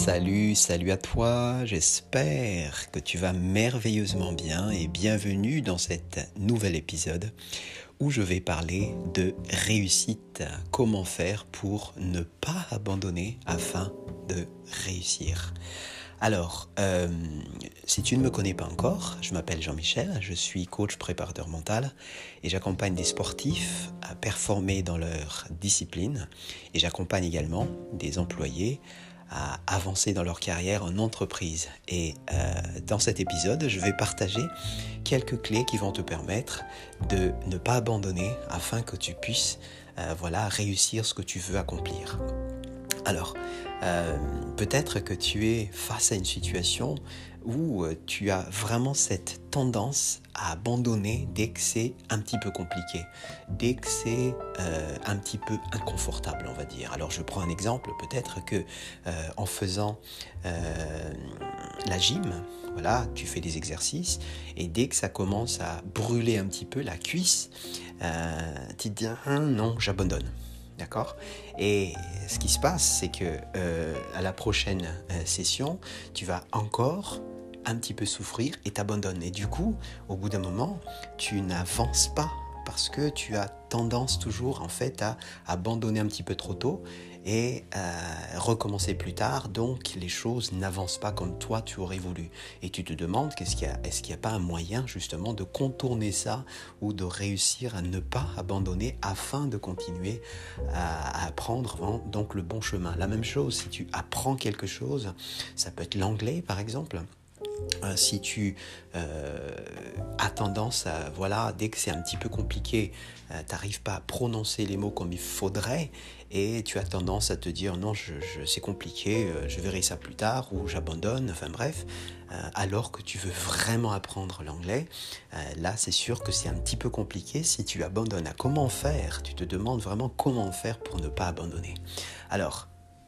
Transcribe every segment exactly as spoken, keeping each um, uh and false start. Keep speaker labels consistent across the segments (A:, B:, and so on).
A: Salut, salut à toi, j'espère que tu vas merveilleusement bien et bienvenue dans cet nouvel épisode où je vais parler de réussite. Comment faire pour ne pas abandonner afin de réussir. Alors, euh, si tu ne me connais pas encore, je m'appelle Jean-Michel, je suis coach préparateur mental et j'accompagne des sportifs à performer dans leur discipline et j'accompagne également des employés à avancer dans leur carrière en entreprise. Et euh, dans cet épisode, je vais partager quelques clés qui vont te permettre de ne pas abandonner afin que tu puisses euh, voilà, réussir ce que tu veux accomplir. Alors, euh, peut-être que tu es face à une situation où euh, tu as vraiment cette tendance à abandonner dès que c'est un petit peu compliqué, dès que c'est euh, un petit peu inconfortable, on va dire. Alors, je prends un exemple, peut-être que euh, en faisant euh, la gym, voilà, tu fais des exercices et dès que ça commence à brûler un petit peu la cuisse, euh, tu te dis ah, non, j'abandonne. D'accord ? Et ce qui se passe, c'est que euh, à la prochaine euh, session, tu vas encore un petit peu souffrir et t'abandonnes. Et du coup, au bout d'un moment, tu n'avances pas parce que tu as tendance toujours en fait à abandonner un petit peu trop tôt et euh, recommencer plus tard. Donc les choses n'avancent pas comme toi tu aurais voulu. Et tu te demandes qu'est-ce qu'il y a, est-ce qu'il n'y a pas un moyen justement de contourner ça ou de réussir à ne pas abandonner afin de continuer à, à prendre donc le bon chemin. La même chose, si tu apprends quelque chose, ça peut être l'anglais par exemple. Euh, si tu euh, as tendance à, voilà, dès que c'est un petit peu compliqué, euh, tu n'arrives pas à prononcer les mots comme il faudrait et tu as tendance à te dire non, je, je, c'est compliqué, euh, je verrai ça plus tard ou j'abandonne, enfin bref, euh, alors que tu veux vraiment apprendre l'anglais, euh, là c'est sûr que c'est un petit peu compliqué si tu abandonnes. À comment faire ? Tu te demandes vraiment comment faire pour ne pas abandonner. Alors,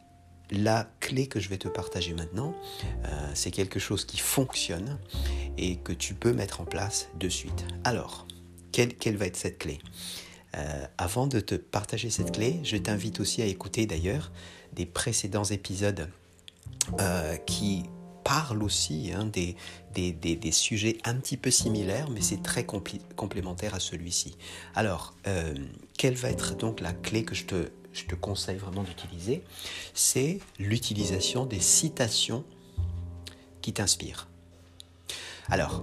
A: la clé que je vais te partager maintenant, euh, c'est quelque chose qui fonctionne et que tu peux mettre en place de suite. Alors, quelle, quelle va être cette clé ? euh, Avant de te partager cette clé, je t'invite aussi à écouter d'ailleurs des précédents épisodes euh, qui parlent aussi hein, des, des, des, des sujets un petit peu similaires, mais c'est très compli- complémentaire à celui-ci. Alors, euh, quelle va être donc la clé que je te je te conseille vraiment d'utiliser, c'est l'utilisation des citations qui t'inspirent. Alors,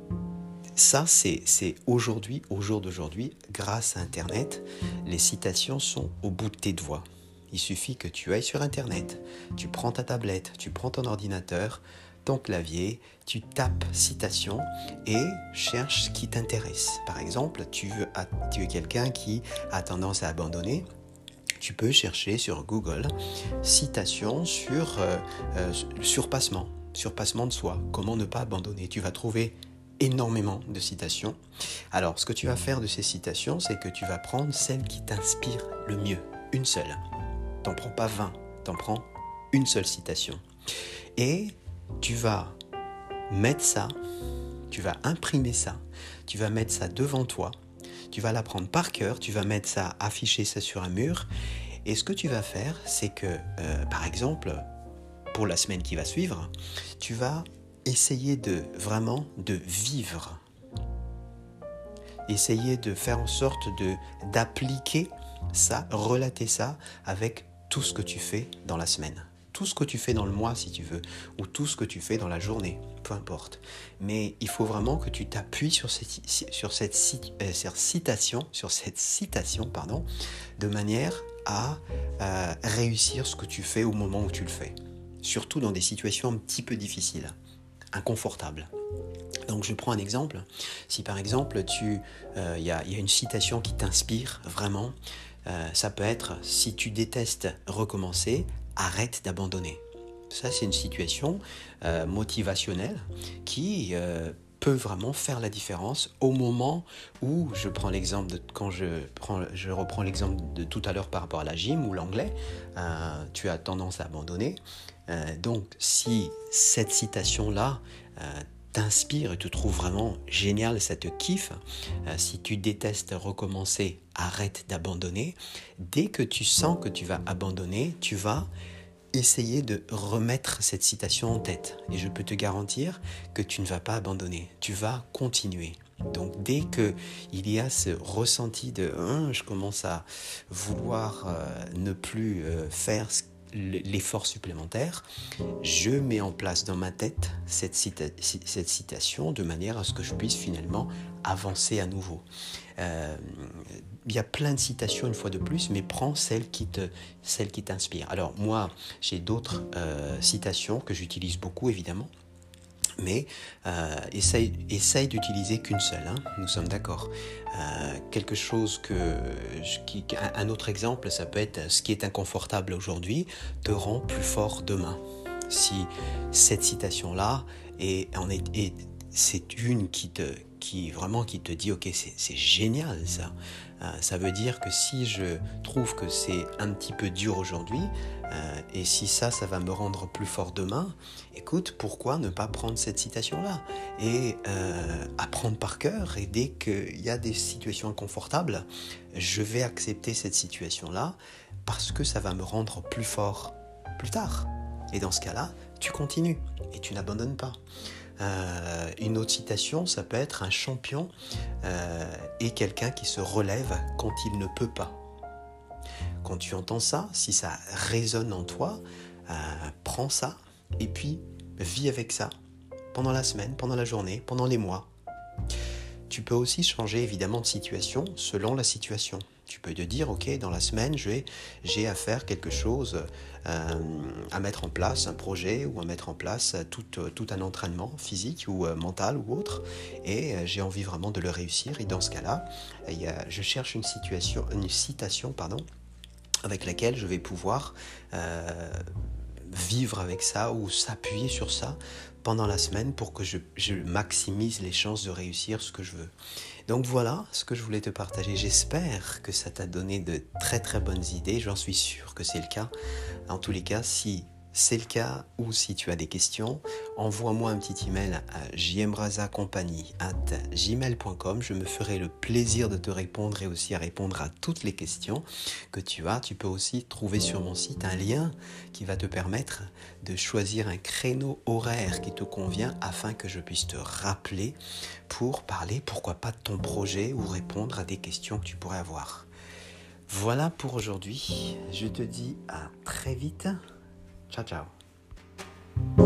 A: ça, c'est, c'est aujourd'hui, au jour d'aujourd'hui, grâce à Internet, les citations sont au bout de tes doigts. Il suffit que tu ailles sur Internet, tu prends ta tablette, tu prends ton ordinateur, ton clavier, tu tapes citation et cherches ce qui t'intéresse. Par exemple, tu, veux, tu es quelqu'un qui a tendance à abandonner. Tu peux chercher sur Google citation sur euh, euh, surpassement, surpassement de soi, comment ne pas abandonner. Tu vas trouver énormément de citations. Alors, ce que tu vas faire de ces citations, c'est que tu vas prendre celle qui t'inspire le mieux, une seule. T'en prends pas vingt, t'en prends une seule citation. Et tu vas mettre ça, tu vas imprimer ça, tu vas mettre ça devant toi. Tu vas l'apprendre par cœur, tu vas mettre ça, afficher ça sur un mur. Et ce que tu vas faire, c'est que, euh, par exemple, pour la semaine qui va suivre, tu vas essayer de vraiment de vivre. Essayer de faire en sorte de, d'appliquer ça, relater ça avec tout ce que tu fais dans la semaine. Tout ce que tu fais dans le mois si tu veux, ou tout ce que tu fais dans la journée, peu importe. Mais il faut vraiment que tu t'appuies sur cette, sur cette, euh, cette citation, sur cette citation, pardon, de manière à euh, réussir ce que tu fais au moment où tu le fais. Surtout dans des situations un petit peu difficiles, inconfortables. Donc je prends un exemple. Si par exemple, il euh, y, y a une citation qui t'inspire vraiment, euh, ça peut être « Si tu détestes recommencer, arrête d'abandonner ». Ça, c'est une situation euh, motivationnelle qui euh, peut vraiment faire la différence au moment où, je prends l'exemple de quand je, prends, je reprends l'exemple de tout à l'heure par rapport à la gym ou l'anglais, euh, tu as tendance à abandonner. Euh, donc, si cette citation-là euh, t'inspire et te trouve vraiment génial, ça te kiffe, euh, si tu détestes recommencer, arrête d'abandonner. Dès que tu sens que tu vas abandonner, tu vas essayer de remettre cette citation en tête. Et je peux te garantir que tu ne vas pas abandonner, tu vas continuer. Donc dès qu'il y a ce ressenti de hein, « je commence à vouloir euh, ne plus euh, faire l'effort supplémentaire », je mets en place dans ma tête cette, cita- cette citation de manière à ce que je puisse finalement avancer à nouveau. Euh, il y a plein de citations une fois de plus, mais prends celle qui te, celle qui t'inspire. Alors moi, j'ai d'autres euh, citations que j'utilise beaucoup évidemment, mais euh, essaye, essaye d'utiliser qu'une seule, hein, nous sommes d'accord. Euh, quelque chose que, qui, un, un autre exemple, ça peut être ce qui est inconfortable aujourd'hui te rend plus fort demain. Si cette citation-là est, en est, est c'est une qui te, qui vraiment qui te dit ok c'est, c'est génial ça. Euh, ça veut dire que si je trouve que c'est un petit peu dur aujourd'hui euh, et si ça ça va me rendre plus fort demain, écoute, pourquoi ne pas prendre cette citation là et euh, apprendre par cœur, et dès qu'il y a des situations inconfortables, je vais accepter cette situation là parce que ça va me rendre plus fort plus tard. Et dans ce cas-là, tu continues et tu n'abandonnes pas. Euh, une autre citation, ça peut être un champion euh, et quelqu'un qui se relève quand il ne peut pas. Quand tu entends ça, si ça résonne en toi, euh, prends ça et puis vis avec ça pendant la semaine, pendant la journée, pendant les mois. Tu peux aussi changer évidemment de situation selon la situation. Tu peux te dire, ok, dans la semaine, je vais, j'ai à faire quelque chose, euh, à mettre en place un projet ou à mettre en place tout, tout un entraînement physique ou euh, mental ou autre, et euh, j'ai envie vraiment de le réussir. Et dans ce cas-là, il y a, je cherche une, situation, une citation pardon, avec laquelle je vais pouvoir euh, vivre avec ça ou s'appuyer sur ça pendant la semaine pour que je, je maximise les chances de réussir ce que je veux. Donc voilà ce que je voulais te partager. J'espère que ça t'a donné de très très bonnes idées. J'en suis sûr que c'est le cas. En tous les cas, si c'est le cas ou si tu as des questions, envoie-moi un petit email à jmrazacompagnie arobase gmail point com. Je me ferai le plaisir de te répondre et aussi à répondre à toutes les questions que tu as. Tu peux aussi trouver sur mon site un lien qui va te permettre de choisir un créneau horaire qui te convient afin que je puisse te rappeler pour parler, pourquoi pas, de ton projet ou répondre à des questions que tu pourrais avoir. Voilà pour aujourd'hui. Je te dis à très vite. Ciao, ciao.